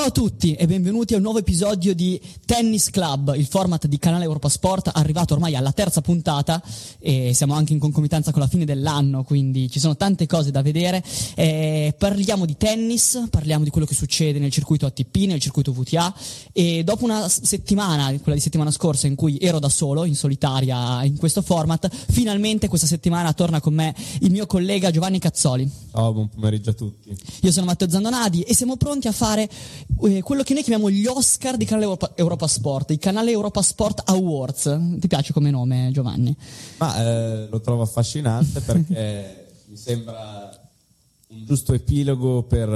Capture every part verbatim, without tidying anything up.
Ciao a tutti e benvenuti a un nuovo episodio di Tennis Club, il format di Canale Europa Sport, arrivato ormai alla terza puntata e siamo anche in concomitanza con la fine dell'anno, quindi ci sono tante cose da vedere. Eh, parliamo di tennis, parliamo di quello che succede nel circuito A T P, nel circuito V T A, e dopo una settimana, quella di settimana scorsa, in cui ero da solo, in solitaria in questo format, finalmente questa settimana torna con me il mio collega Giovanni Cazzoli. Ciao, buon pomeriggio a tutti. Io sono Matteo Zandonadi e siamo pronti a fare eh, quello che noi chiamiamo gli Oscar di Canale Europa, Europa Sport, i Canale Europa Sport Awards. Ti piace come nome, Giovanni? Ma eh, lo trovo affascinante perché mi sembra un giusto epilogo per,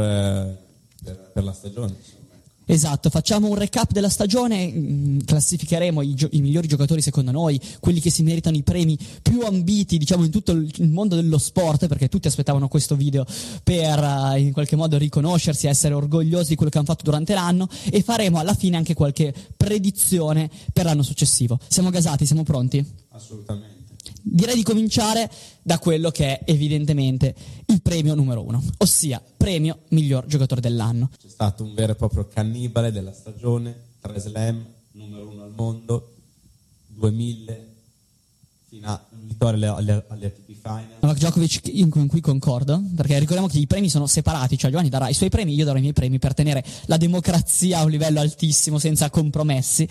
per, per la stagione. Esatto, facciamo un recap della stagione, classificheremo i, gio- i migliori giocatori secondo noi, quelli che si meritano i premi più ambiti, diciamo, in tutto il mondo dello sport, perché tutti aspettavano questo video per uh, in qualche modo riconoscersi, essere orgogliosi di quello che hanno fatto durante l'anno, e faremo alla fine anche qualche predizione per l'anno successivo. Siamo gasati, siamo pronti? Assolutamente. Direi di cominciare da quello che è evidentemente il premio numero uno, ossia premio miglior giocatore dell'anno. C'è stato un vero e proprio cannibale della stagione, tre slam, numero uno al mondo, duemila fino a vittorie alle, alle A T P Final. Novak Djokovic, in cui concordo, perché ricordiamo che i premi sono separati, cioè Giovanni darà i suoi premi, io darò i miei premi per tenere la democrazia a un livello altissimo, senza compromessi,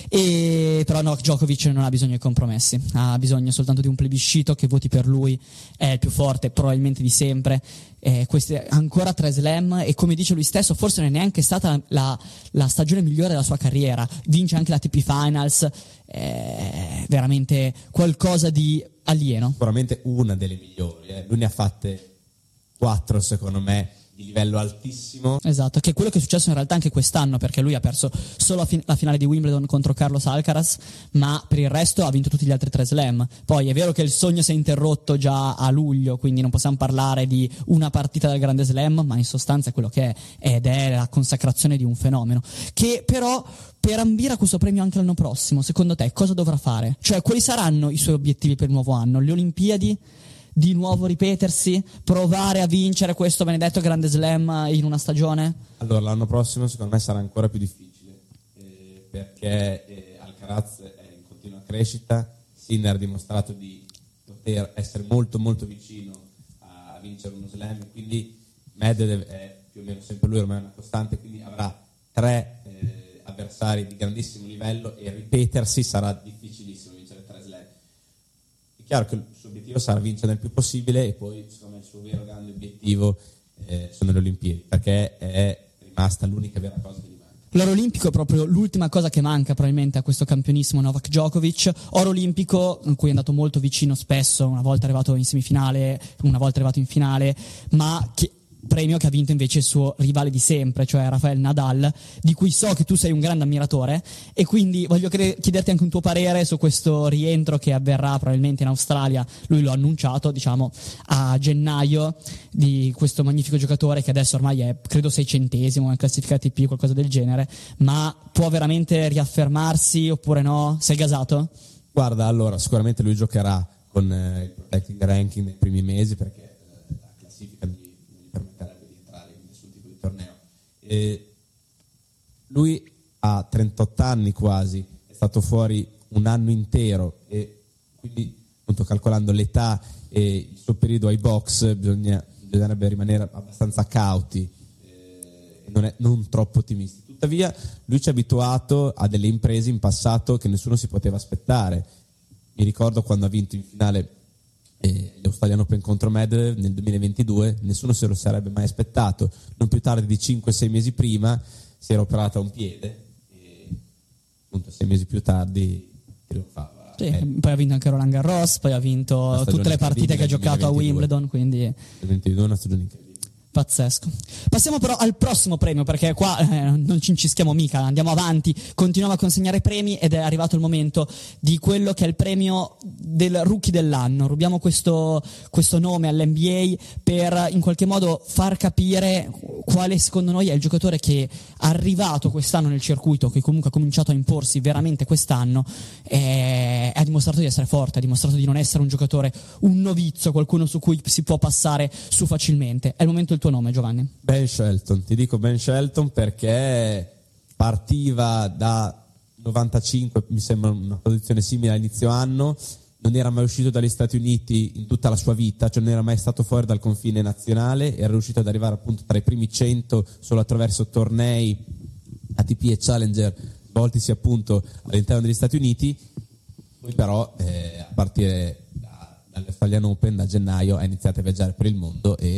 e però Novak Djokovic non ha bisogno di compromessi, ha bisogno soltanto di un plebiscito che voti per lui, è il più forte probabilmente di sempre. Eh, queste ancora tre slam, e come dice lui stesso forse non è neanche stata la, la stagione migliore della sua carriera, vince anche la A T P Finals, eh, veramente qualcosa di alieno. Sicuramente una delle migliori, eh. Lui ne ha fatte quattro secondo me di livello altissimo. Esatto, che è quello che è successo in realtà anche quest'anno, perché lui ha perso solo la, fin- la finale di Wimbledon contro Carlos Alcaraz, ma per il resto ha vinto tutti gli altri tre slam. Poi è vero che il sogno si è interrotto già a luglio, quindi non possiamo parlare di una partita del grande slam, ma in sostanza è quello che è, ed è la consacrazione di un fenomeno, che però per ambire a questo premio anche l'anno prossimo, secondo te cosa dovrà fare? Cioè, quali saranno i suoi obiettivi per il nuovo anno? Le Olimpiadi? Di nuovo ripetersi, provare a vincere questo benedetto grande slam in una stagione? Allora, l'anno prossimo secondo me sarà ancora più difficile, eh, perché eh, Alcaraz è in continua crescita, Sinner ha dimostrato di poter essere molto molto vicino a vincere uno slam, quindi Medvedev è più o meno sempre lui, ormai è una costante, quindi avrà tre eh, avversari di grandissimo livello e ripetersi sarà difficilissimo vincere tre slam. È chiaro che il suo obiettivo sarà vincere il più possibile, e poi secondo me il suo vero grande obiettivo eh, sono le Olimpiadi, perché è rimasta l'unica vera cosa che gli manca. L'oro olimpico è proprio l'ultima cosa che manca probabilmente a questo campionissimo Novak Djokovic. Oro olimpico in cui è andato molto vicino spesso, una volta arrivato in semifinale, una volta arrivato in finale, ma che premio che ha vinto invece il suo rivale di sempre, cioè Rafael Nadal, di cui so che tu sei un grande ammiratore, e quindi voglio cre- chiederti anche un tuo parere su questo rientro che avverrà probabilmente in Australia. Lui lo ha annunciato, diciamo, a gennaio, di questo magnifico giocatore che adesso ormai è, credo, seicentesimo in classifica A T P, qualcosa del genere, ma può veramente riaffermarsi oppure no? Sei gasato? Guarda, allora, sicuramente lui giocherà con eh, il protecting ranking nei primi mesi, perché eh, la classifica di permetterebbe di entrare in nessun tipo di torneo. E lui ha trentotto anni quasi, è stato fuori un anno intero, e quindi, appunto, calcolando l'età e il suo periodo ai box, bisogna, bisognerebbe rimanere abbastanza cauti eh, e non, è, non troppo ottimisti. Tuttavia lui ci ha abituato a delle imprese in passato che nessuno si poteva aspettare. Mi ricordo quando ha vinto in finale E l'Australian Open contro Medvedev nel duemilaventidue, nessuno se lo sarebbe mai aspettato. Non più tardi di cinque sei mesi prima si era operata un piede, e appunto sei mesi più tardi trionfava. Sì, eh, poi ha vinto anche Roland Garros, poi ha vinto tutte le partite che ha giocato a Wimbledon, quindi duemilaventidue è una stagione incredibile. Pazzesco. Passiamo però al prossimo premio, perché qua eh, non ci incischiamo mica, andiamo avanti, continuiamo a consegnare premi, ed è arrivato il momento di quello che è il premio del rookie dell'anno. Rubiamo questo, questo nome all'N B A per in qualche modo far capire quale secondo noi è il giocatore che è arrivato quest'anno nel circuito, che comunque ha cominciato a imporsi veramente quest'anno, e ha dimostrato di essere forte, ha dimostrato di non essere un giocatore, un novizio, qualcuno su cui si può passare su facilmente. È il momento del tuo nome, Giovanni. Ben Shelton, ti dico Ben Shelton perché partiva da novantacinque, mi sembra una posizione simile all'inizio anno, non era mai uscito dagli Stati Uniti in tutta la sua vita, cioè non era mai stato fuori dal confine nazionale, era riuscito ad arrivare appunto tra i primi cento solo attraverso tornei A T P e Challenger svoltisi appunto all'interno degli Stati Uniti. Poi però eh, a partire da, dall'Australian Open da gennaio ha iniziato a viaggiare per il mondo e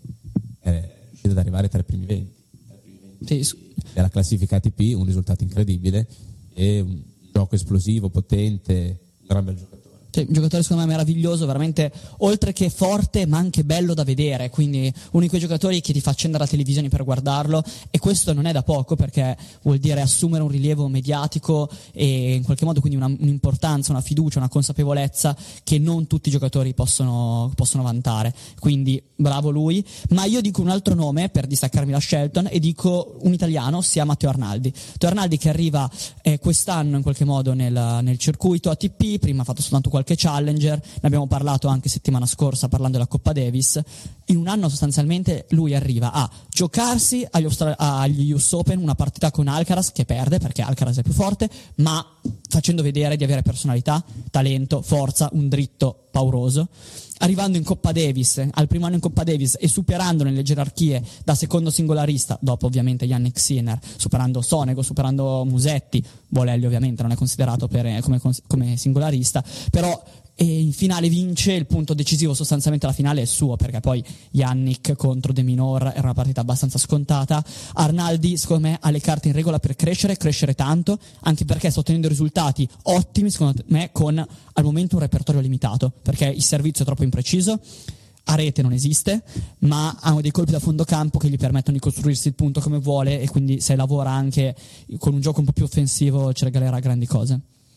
eh, è riuscito ad arrivare tra i primi venti, tra i primi venti sì. della classifica A T P, un risultato incredibile e un gioco esplosivo, potente, un gran bel giocatore. Sì, un giocatore secondo me meraviglioso, veramente oltre che forte ma anche bello da vedere, quindi uno di quei giocatori che ti fa accendere la televisione per guardarlo, e questo non è da poco perché vuol dire assumere un rilievo mediatico e in qualche modo quindi una, un'importanza, una fiducia, una consapevolezza che non tutti i giocatori possono, possono vantare, quindi bravo lui. Ma io dico un altro nome per distaccarmi da Shelton e dico un italiano, ossia Matteo Arnaldi. Matteo Arnaldi che arriva eh, quest'anno in qualche modo nel, nel circuito A T P, prima ha fatto soltanto qualche Challenger, ne abbiamo parlato anche settimana scorsa parlando della Coppa Davis. In un anno sostanzialmente lui arriva a giocarsi agli, Austra- agli U S Open una partita con Alcaraz che perde perché Alcaraz è più forte, ma facendo vedere di avere personalità, talento, forza, un dritto pauroso, arrivando in Coppa Davis, al primo anno in Coppa Davis e superando nelle gerarchie da secondo singolarista, dopo ovviamente Jannik Sinner, superando Sonego, superando Musetti, Bolelli ovviamente non è considerato per, come, come singolarista, però e in finale vince. Il punto decisivo sostanzialmente la finale è suo, perché poi Jannik contro De Minaur era una partita abbastanza scontata. Arnaldi secondo me ha le carte in regola per crescere, crescere tanto, anche perché sta ottenendo risultati ottimi secondo me con al momento un repertorio limitato, perché il servizio è troppo impreciso, a rete non esiste, ma ha dei colpi da fondo campo che gli permettono di costruirsi il punto come vuole, e quindi se lavora anche con un gioco un po' più offensivo ci regalerà grandi cose.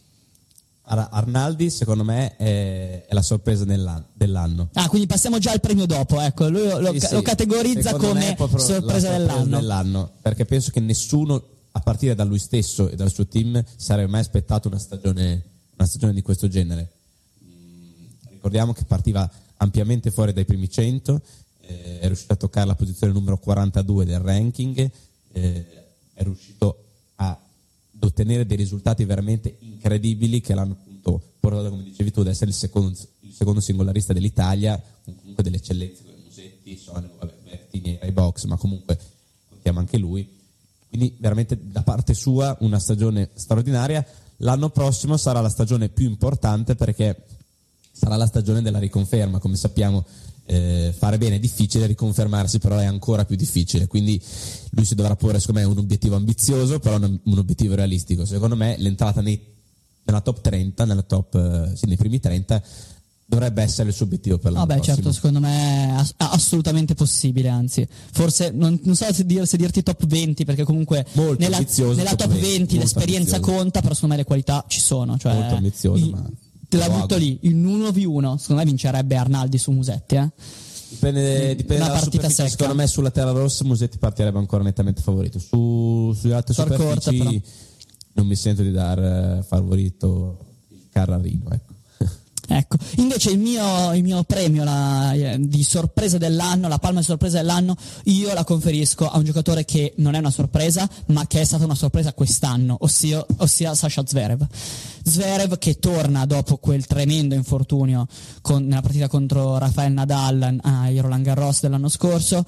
Arnaldi secondo me è, è la sorpresa dell'anno, dell'anno. Ah, quindi passiamo già al premio dopo, ecco, lui lo, sì, lo, sì. lo categorizza secondo come sorpresa, sorpresa dell'anno. dell'anno, perché penso che nessuno a partire da lui stesso e dal suo team si sarebbe mai aspettato una stagione, una stagione di questo genere. Mm, ricordiamo che partiva ampiamente fuori dai primi cento, eh, è riuscito a toccare la posizione numero quarantadue del ranking, eh, è riuscito a ad ottenere dei risultati veramente incredibili che l'hanno appunto portato, come dicevi tu, ad essere il secondo, il secondo singolarista dell'Italia, con comunque delle eccellenze come Musetti, Sonego, vabbè, Bertini ai box, ma comunque contiamo anche lui. Quindi veramente da parte sua una stagione straordinaria. L'anno prossimo sarà la stagione più importante perché sarà la stagione della riconferma, come sappiamo. Eh, fare bene è difficile, riconfermarsi però è ancora più difficile, quindi lui si dovrà porre secondo me un obiettivo ambizioso, però un, un obiettivo realistico. Secondo me l'entrata nei, nella top trenta, nella top, eh, sì, nei primi trenta dovrebbe essere il suo obiettivo per l'anno Vabbè, prossimo. certo, secondo me è ass- assolutamente possibile, anzi forse non, non so se, dir, se dirti top venti, perché comunque molto nella, ambizioso, nella top venti, venti l'esperienza ambizioso. Conta, però secondo me le qualità ci sono, cioè, molto ambizioso, i, ma te la butto lì, in uno vu uno secondo me vincerebbe Arnaldi su Musetti, eh? Dipende, dipende una dalla partita superficie. secca. Secondo me sulla terra rossa Musetti partirebbe ancora nettamente favorito. Su, sulle altre Star superfici corta, non mi sento di dar eh, favorito il Carrarino, ecco. Ecco, invece il mio, il mio premio la, eh, di sorpresa dell'anno, la palma di sorpresa dell'anno, io la conferisco a un giocatore che non è una sorpresa, ma che è stata una sorpresa quest'anno, ossia, ossia Sasha Zverev. Zverev che torna dopo quel tremendo infortunio con, nella partita contro Rafael Nadal ai Roland Garros dell'anno scorso,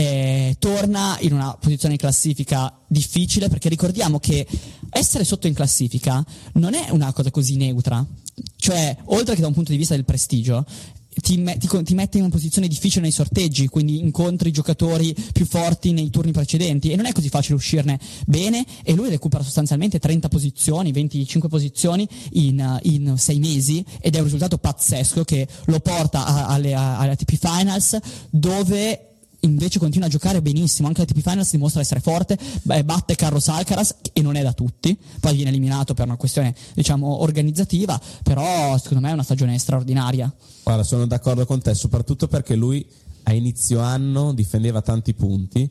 eh, torna in una posizione di classifica difficile, perché ricordiamo che essere sotto in classifica non è una cosa così neutra, cioè oltre che da un punto di vista del prestigio ti, me- ti, ti mette in una posizione difficile nei sorteggi, quindi incontri giocatori più forti nei turni precedenti e non è così facile uscirne bene, e lui recupera sostanzialmente trenta posizioni, venticinque posizioni in, in sei mesi, ed è un risultato pazzesco che lo porta a, alle, a, alle A T P Finals, dove invece continua a giocare benissimo. Anche l'A T P Finals dimostra essere forte, beh, batte Carlos Alcaraz e non è da tutti, poi viene eliminato per una questione diciamo organizzativa, però secondo me è una stagione straordinaria. Guarda, sono d'accordo con te, soprattutto perché lui a inizio anno difendeva tanti punti,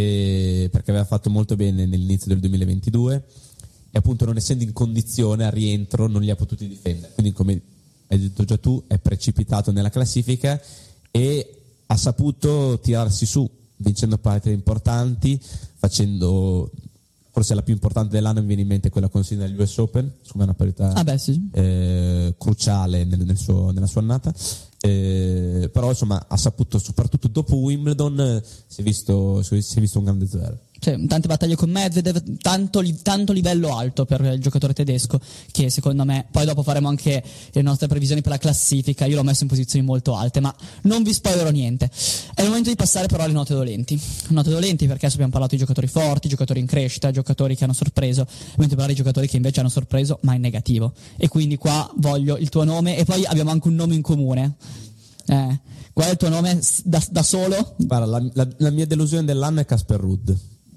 e perché aveva fatto molto bene nell'inizio del duemilaventidue e appunto non essendo in condizione a rientro non li ha potuti difendere, quindi come hai detto già tu è precipitato nella classifica e ha saputo tirarsi su vincendo partite importanti, facendo forse la più importante dell'anno, mi viene in mente quella con agli U S Open, insomma è una partita ah beh, sì. eh, cruciale nel, nel suo, nella sua annata, eh, però insomma ha saputo, soprattutto dopo Wimbledon, eh, si è visto, si è visto un grande Zverev. Cioè, tante battaglie con Medvedev, tanto, tanto livello alto per il giocatore tedesco, che secondo me, poi dopo faremo anche le nostre previsioni per la classifica, io l'ho messo in posizioni molto alte, ma non vi spoilerò niente. È il momento di passare però alle note dolenti. Note dolenti perché abbiamo parlato di giocatori forti, giocatori in crescita, giocatori che hanno sorpreso, è il momento di parlare di giocatori che invece hanno sorpreso ma in negativo, e quindi qua voglio il tuo nome, e poi abbiamo anche un nome in comune. Eh, qual è il tuo nome da, da solo? Guarda, la, la, la mia delusione dell'anno è Casper Ruud.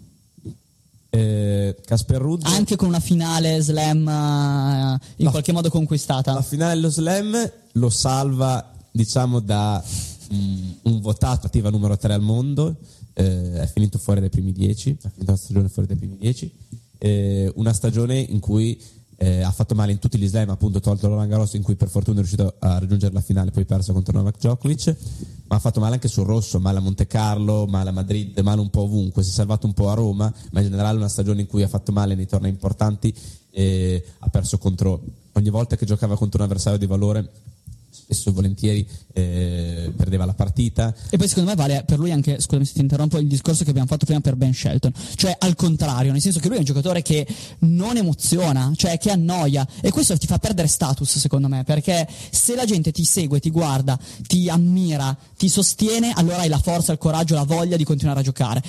Eh, Casper Ruud, anche con una finale slam uh, in la, qualche modo conquistata. La finale dello slam lo salva, diciamo, da um, un votato attiva numero tre al mondo, eh, è finito fuori dai primi dieci, ha finito la stagione fuori dai primi dieci, eh, una stagione in cui eh, ha fatto male in tutti gli slam, appunto tolto Roland Garros, in cui per fortuna è riuscito a raggiungere la finale, poi perso contro Novak Djokovic, ma ha fatto male anche sul rosso, male a Monte Carlo, male a Madrid, male un po' ovunque, si è salvato un po' a Roma, ma in generale una stagione in cui ha fatto male nei tornei importanti, e ha perso contro, ogni volta che giocava contro un avversario di valore, spesso e volentieri eh, perdeva la partita. E poi secondo me vale per lui anche, scusami se ti interrompo, il discorso che abbiamo fatto prima per Ben Shelton, cioè al contrario, nel senso che lui è un giocatore che non emoziona, cioè che annoia, e questo ti fa perdere status secondo me, perché se la gente ti segue, ti guarda, ti ammira, ti sostiene, allora hai la forza, il coraggio, la voglia di continuare a giocare.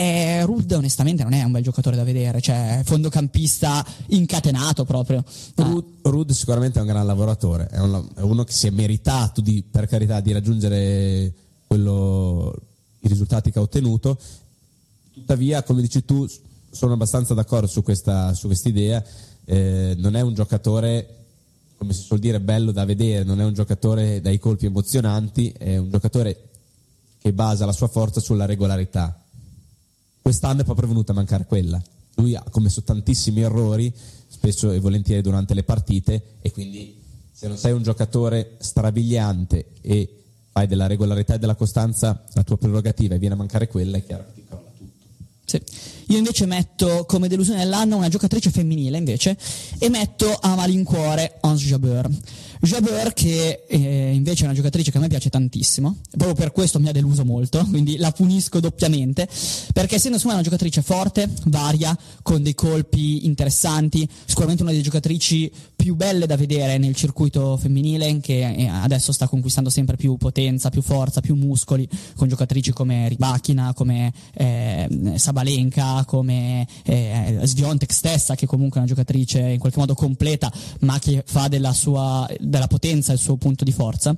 E Ruud onestamente non è un bel giocatore da vedere, cioè fondocampista incatenato proprio. Ruud, Ruud sicuramente è un gran lavoratore, è, un, è uno che si è meritato di, per carità, di raggiungere quello, i risultati che ha ottenuto. Tuttavia, come dici tu, sono abbastanza d'accordo su questa su quest'idea. Eh, non è un giocatore, come si suol dire, bello da vedere, non è un giocatore dai colpi emozionanti, è un giocatore che basa la sua forza sulla regolarità. Quest'anno è proprio venuta a mancare quella. Lui ha commesso tantissimi errori, spesso e volentieri durante le partite, e quindi se non sei un giocatore strabiliante e fai della regolarità e della costanza la tua prerogativa e viene a mancare quella, è chiaro che ti crolla tutto. Sì. Io invece metto come delusione dell'anno una giocatrice femminile invece, e metto a malincuore Ons Jabeur. Jabeur che eh, invece è una giocatrice che a me piace tantissimo, proprio per questo mi ha deluso molto, quindi la punisco doppiamente, perché essendo insomma una giocatrice forte, varia, con dei colpi interessanti, sicuramente una delle giocatrici più belle da vedere nel circuito femminile, che adesso sta conquistando sempre più potenza, più forza, più muscoli, con giocatrici come Rybakina, come eh, Sabalenka, come eh, Swiatek stessa, che comunque è una giocatrice in qualche modo completa, ma che fa della sua della potenza il suo punto di forza.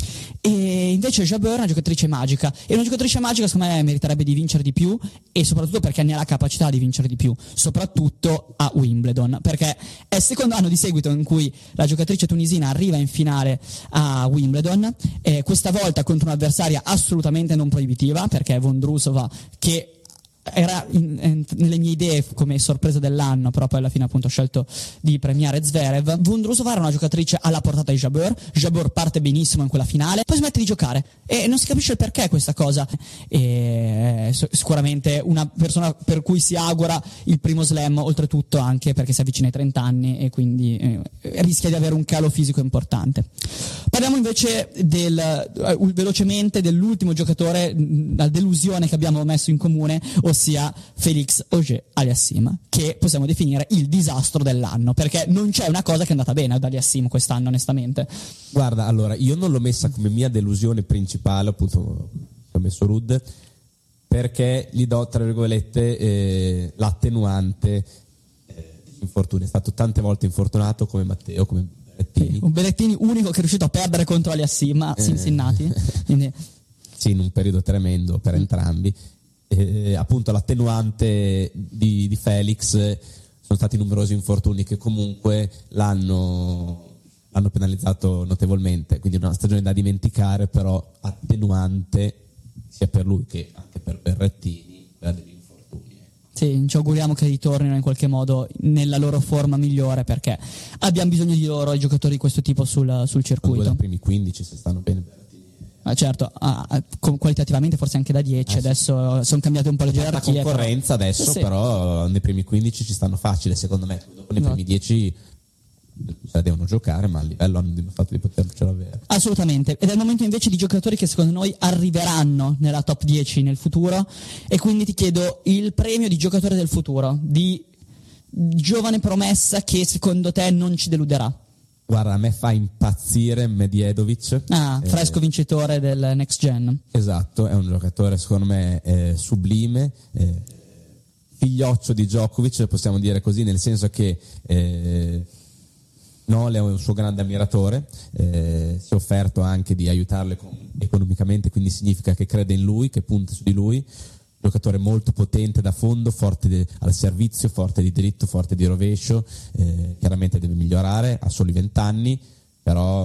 E invece Jabeur è una giocatrice magica, e una giocatrice magica secondo me meriterebbe di vincere di più, e soprattutto perché ne ha la capacità di vincere di più, soprattutto a Wimbledon, perché è il secondo anno di seguito in cui la giocatrice tunisina arriva in finale a Wimbledon, e questa volta contro un'avversaria assolutamente non proibitiva, perché è Vondrousova, che era in, in, nelle mie idee come sorpresa dell'anno, però poi alla fine appunto ho scelto di premiare Zverev. Vondrousova era una giocatrice alla portata di Jabeur. Jabeur parte benissimo in quella finale, poi smette di giocare e non si capisce il perché questa cosa, e sicuramente una persona per cui si augura il primo slam, oltretutto anche perché si avvicina ai trenta anni e quindi eh, rischia di avere un calo fisico importante. Parliamo invece del, eh, velocemente dell'ultimo giocatore, la delusione che abbiamo messo in comune, ossia Félix Auger-Aliassime, che possiamo definire il disastro dell'anno, perché non c'è una cosa che è andata bene ad Aliassime quest'anno, onestamente. Guarda, allora, io non l'ho messa come mia delusione principale, appunto ho messo Ruud, perché gli do, tra virgolette, eh, l'attenuante eh, infortunio. È stato tante volte infortunato, come Matteo, come Berrettini. Un Berrettini unico che è riuscito a perdere contro Aliassime a Cincinnati. Eh. Quindi... Sì, in un periodo tremendo per entrambi. Eh, appunto l'attenuante di, di Felix sono stati numerosi infortuni che comunque l'hanno, l'hanno penalizzato notevolmente, quindi una stagione da dimenticare, però attenuante sia per lui che anche per Berrettini, per degli infortuni. Sì, ci auguriamo che ritornino in qualche modo nella loro forma migliore, perché abbiamo bisogno di loro, i giocatori di questo tipo sul, sul circuito. Due dei primi quindici, se stanno bene Berrettini. Ah, certo, ah, con, qualitativamente forse anche da dieci, eh, adesso sì. Sono cambiate un po' le gerarchie. La concorrenza però. adesso, sì. però nei primi quindici ci stanno facile, secondo me. Dopo nei no. primi dieci se la devono giocare, ma a livello hanno dimostrato di potercelo avere. Assolutamente, ed è il momento invece di giocatori che secondo noi arriveranno nella top dieci nel futuro, e quindi ti chiedo il premio di giocatore del futuro, di giovane promessa che secondo te non ci deluderà. Guarda, a me fa impazzire Medjedovic. Ah, fresco eh, vincitore del Next Gen. Esatto, è un giocatore secondo me eh, sublime, eh, figlioccio di Djokovic, possiamo dire così, nel senso che eh, Nole è un suo grande ammiratore, eh, si è offerto anche di aiutarlo economicamente, quindi significa che crede in lui, che punta su di lui. Giocatore molto potente da fondo, forte de, al servizio, forte di dritto, forte di rovescio, eh, chiaramente deve migliorare, ha soli vent'anni, però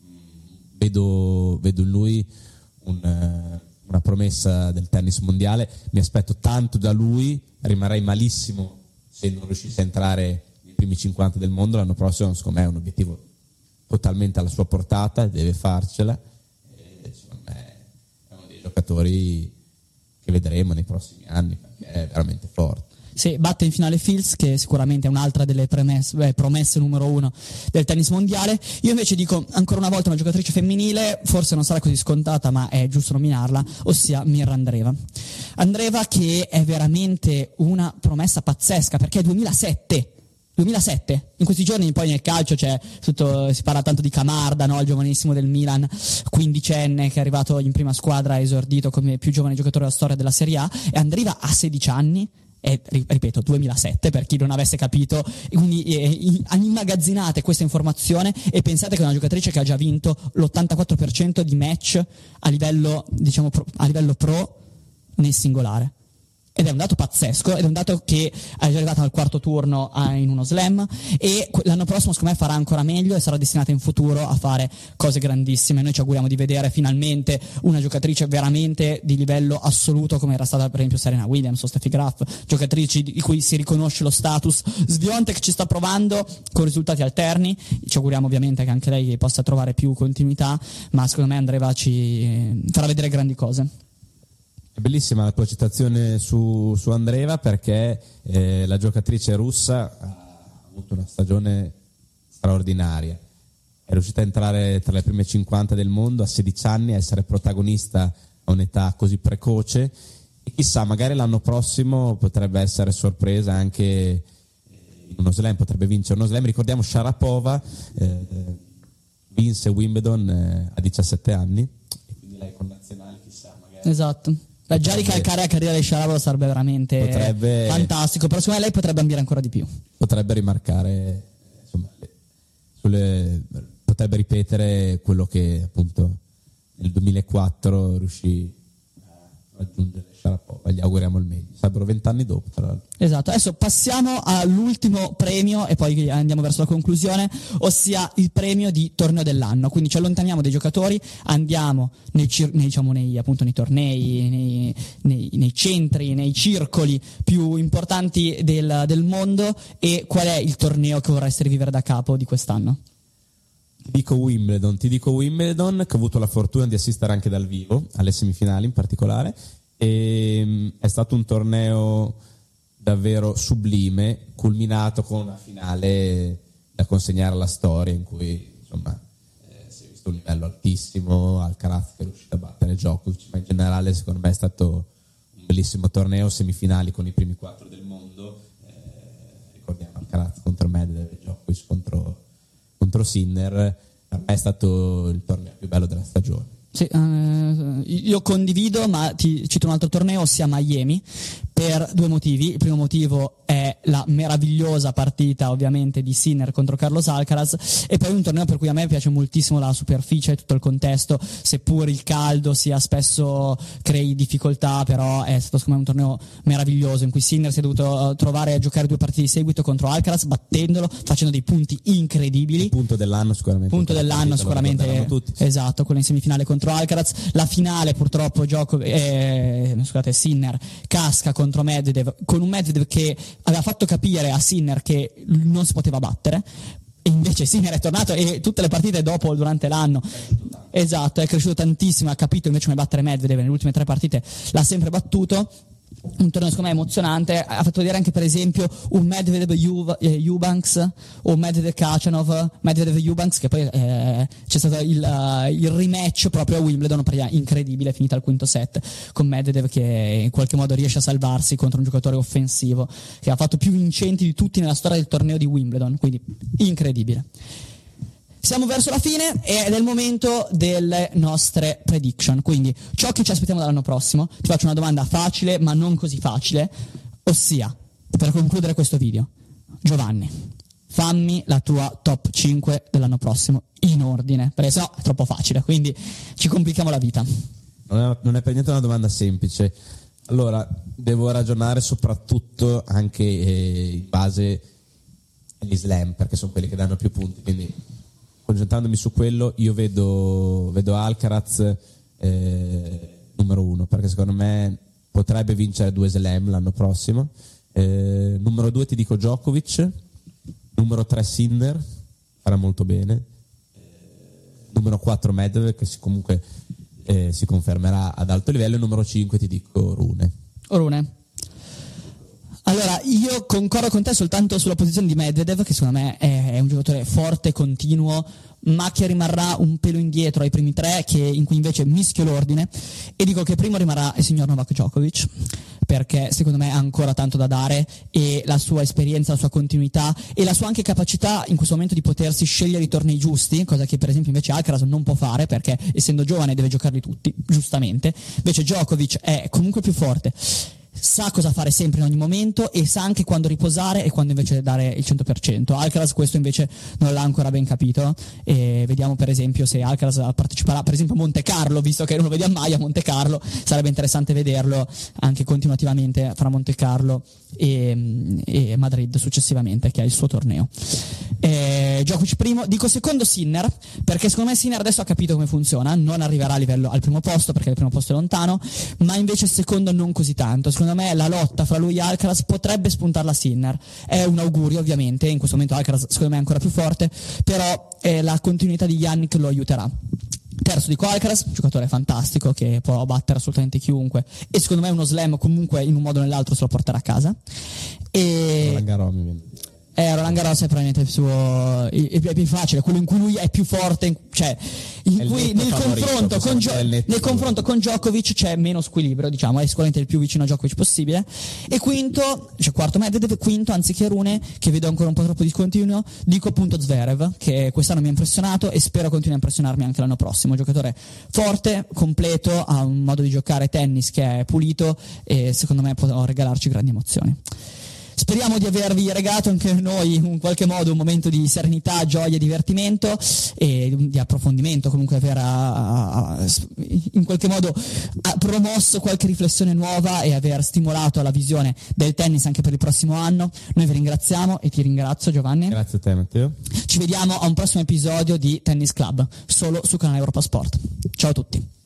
mh, vedo, vedo in lui un, uh, una promessa del tennis mondiale. Mi aspetto tanto da lui, rimarrei malissimo se non riuscisse a entrare nei primi cinquanta del mondo l'anno prossimo. Secondo me è un obiettivo totalmente alla sua portata, deve farcela, e secondo me è uno dei giocatori che vedremo nei prossimi anni, perché è veramente forte. Sì, batte in finale Fields, che sicuramente è un'altra delle premesse, beh, promesse numero uno del tennis mondiale. Io invece dico ancora una volta una giocatrice femminile, forse non sarà così scontata, ma è giusto nominarla, ossia Mirra Andreeva. Andreeva che è veramente una promessa pazzesca, perché è duemilasette. duemilasette, in questi giorni poi nel calcio c'è tutto, si parla tanto di Camarda, no? Il giovanissimo del Milan, quindicenne, che è arrivato in prima squadra, ha esordito come più giovane giocatore della storia della Serie A, e Andreeva ha sedici anni, e ripeto duemilasette per chi non avesse capito, quindi eh, immagazzinate questa informazione e pensate che è una giocatrice che ha già vinto l'ottantaquattro per cento di match a livello, diciamo, pro, a livello pro nel singolare. Ed è un dato pazzesco, ed è un dato che è già arrivato al quarto turno a, in uno slam, e l'anno prossimo secondo me farà ancora meglio e sarà destinata in futuro a fare cose grandissime. Noi ci auguriamo di vedere finalmente una giocatrice veramente di livello assoluto, come era stata per esempio Serena Williams o Steffi Graf, giocatrici di cui si riconosce lo status. Swiatek ci sta provando con risultati alterni, ci auguriamo ovviamente che anche lei possa trovare più continuità, ma secondo me Andreeva ci farà vedere grandi cose. È bellissima la tua citazione su, su Andreeva, perché eh, la giocatrice russa ha avuto una stagione straordinaria, è riuscita a entrare tra le prime cinquanta del mondo a sedici anni, a essere protagonista a un'età così precoce, e chissà, magari l'anno prossimo potrebbe essere sorpresa anche in uno slam, potrebbe vincere uno slam. Ricordiamo Sharapova eh, vinse Wimbledon eh, a diciassette anni, e quindi lei con nazionale chissà magari. Esatto. Beh, già ricalcare la carriera di Sharapova sarebbe veramente potrebbe, fantastico, però secondo me lei potrebbe ambire ancora di più. Potrebbe rimarcare, insomma, sulle, potrebbe ripetere quello che appunto nel duemilaquattro riuscì a raggiungere Sharapova. Gli auguriamo il meglio. Sarebbero vent'anni dopo, tra l'altro. Esatto. Adesso passiamo all'ultimo premio e poi andiamo verso la conclusione, ossia il premio di torneo dell'anno. Quindi ci allontaniamo dai giocatori, andiamo nei, nei, diciamo, nei, appunto, nei tornei, nei, nei, nei centri, nei circoli più importanti del, del mondo. E qual è il torneo che vorresti rivivere da capo di quest'anno? Ti dico Wimbledon, ti dico Wimbledon, che ho avuto la fortuna di assistere anche dal vivo, alle semifinali in particolare, e è stato un torneo davvero sublime, culminato con una finale da consegnare alla storia, in cui insomma eh, si è visto un livello altissimo, Alcaraz che è riuscito a battere Djokovic, ma in generale secondo me è stato un bellissimo torneo, semifinali con i primi quattro del mondo, eh, ricordiamo Alcaraz contro Medvedev e Djokovic contro, contro Sinner. Per me è stato il torneo più bello della stagione. Sì, uh, io condivido, ma ti cito un altro torneo, ossia Miami, per due motivi. Il primo motivo è la meravigliosa partita ovviamente di Sinner contro Carlos Alcaraz, e poi un torneo per cui a me piace moltissimo la superficie e tutto il contesto, seppur il caldo sia spesso crei difficoltà, però è stato secondo me un torneo meraviglioso in cui Sinner si è dovuto trovare a giocare due partite di seguito contro Alcaraz, battendolo, facendo dei punti incredibili. Il punto dell'anno sicuramente. Punto dell'anno sicuramente, esatto, quello in semifinale contro Alcaraz. La finale purtroppo gioco, eh, scusate, Sinner casca contro Medvedev, con un Medvedev che aveva fatto capire a Sinner che non si poteva battere, e invece Sinner è tornato e tutte le partite dopo, durante l'anno, esatto, è cresciuto tantissimo, ha capito invece come battere Medvedev, nelle ultime tre partite l'ha sempre battuto. Un torneo secondo me emozionante, ha fatto vedere anche per esempio un Medvedev Eubanks o Medvedev Khachanov, Medvedev Eubanks, che poi eh, c'è stato il, uh, il rematch proprio a Wimbledon, incredibile, finita al quinto set con Medvedev che in qualche modo riesce a salvarsi contro un giocatore offensivo che ha fatto più vincenti di tutti nella storia del torneo di Wimbledon, quindi incredibile. Siamo verso la fine ed è il momento delle nostre prediction, quindi ciò che ci aspettiamo dall'anno prossimo. Ti faccio una domanda facile ma non così facile, ossia, per concludere questo video, Giovanni, fammi la tua top cinque dell'anno prossimo in ordine, perché sennò è troppo facile, quindi ci complichiamo la vita. Non è, non è per niente una domanda semplice. Allora, devo ragionare soprattutto anche eh, in base agli slam, perché sono quelli che danno più punti, quindi concentrandomi su quello, io vedo, vedo Alcaraz eh, numero uno, perché secondo me potrebbe vincere due slam l'anno prossimo. Eh, numero due ti dico Djokovic, numero tre Sinner, farà molto bene, eh, numero quattro Medvedev, che si, comunque eh, si confermerà ad alto livello, e numero cinque ti dico Rune. Rune. Allora, io concordo con te soltanto sulla posizione di Medvedev, che secondo me è, è un giocatore forte, continuo, ma che rimarrà un pelo indietro ai primi tre, che in cui invece mischio l'ordine, e dico che primo rimarrà il signor Novak Djokovic, perché secondo me ha ancora tanto da dare, e la sua esperienza, la sua continuità e la sua anche capacità in questo momento di potersi scegliere i tornei giusti, cosa che per esempio invece Alcaraz non può fare, perché essendo giovane deve giocarli tutti, giustamente. Invece Djokovic è comunque più forte, sa cosa fare sempre in ogni momento e sa anche quando riposare e quando invece dare il cento per cento. Alcaraz questo invece non l'ha ancora ben capito, e vediamo per esempio se Alcaraz parteciperà per esempio a Monte Carlo, visto che non lo vediamo mai a Monte Carlo, sarebbe interessante vederlo anche continuativamente fra Monte Carlo e, e Madrid successivamente, che è il suo torneo. eh, Djokovic primo, dico secondo Sinner, perché secondo me Sinner adesso ha capito come funziona, non arriverà a livello al primo posto perché il primo posto è lontano, ma invece secondo non così tanto. Secondo me la lotta fra lui e Alcaraz potrebbe spuntarla a Sinner, è un augurio ovviamente, in questo momento Alcaraz secondo me è ancora più forte, però eh, la continuità di Jannik lo aiuterà. Terzo dico Alcaraz, giocatore fantastico che può battere assolutamente chiunque, e secondo me uno slam comunque in un modo o nell'altro se lo porterà a casa. E Roland Garros mi viene. Eh, Roland Garros è probabilmente il suo il, il, il più facile, quello in cui lui è più forte, in, cioè in cui nel confronto con Gio- nel confronto con Djokovic c'è meno squilibrio, diciamo, è sicuramente il più vicino a Djokovic possibile. E quinto, cioè quarto Medvedev, quinto anziché Rune, che vedo ancora un po' troppo discontinuo, dico appunto Zverev, che quest'anno mi ha impressionato e spero continui a impressionarmi anche l'anno prossimo. Giocatore forte, completo, ha un modo di giocare tennis che è pulito e secondo me può regalarci grandi emozioni. Speriamo di avervi regalato anche noi in qualche modo un momento di serenità, gioia e divertimento e di approfondimento, comunque aver a, a, in qualche modo promosso qualche riflessione nuova e aver stimolato la visione del tennis anche per il prossimo anno. Noi vi ringraziamo e ti ringrazio, Giovanni. Grazie a te, Matteo. Ci vediamo a un prossimo episodio di Tennis Club, solo su canale Europa Sport. Ciao a tutti.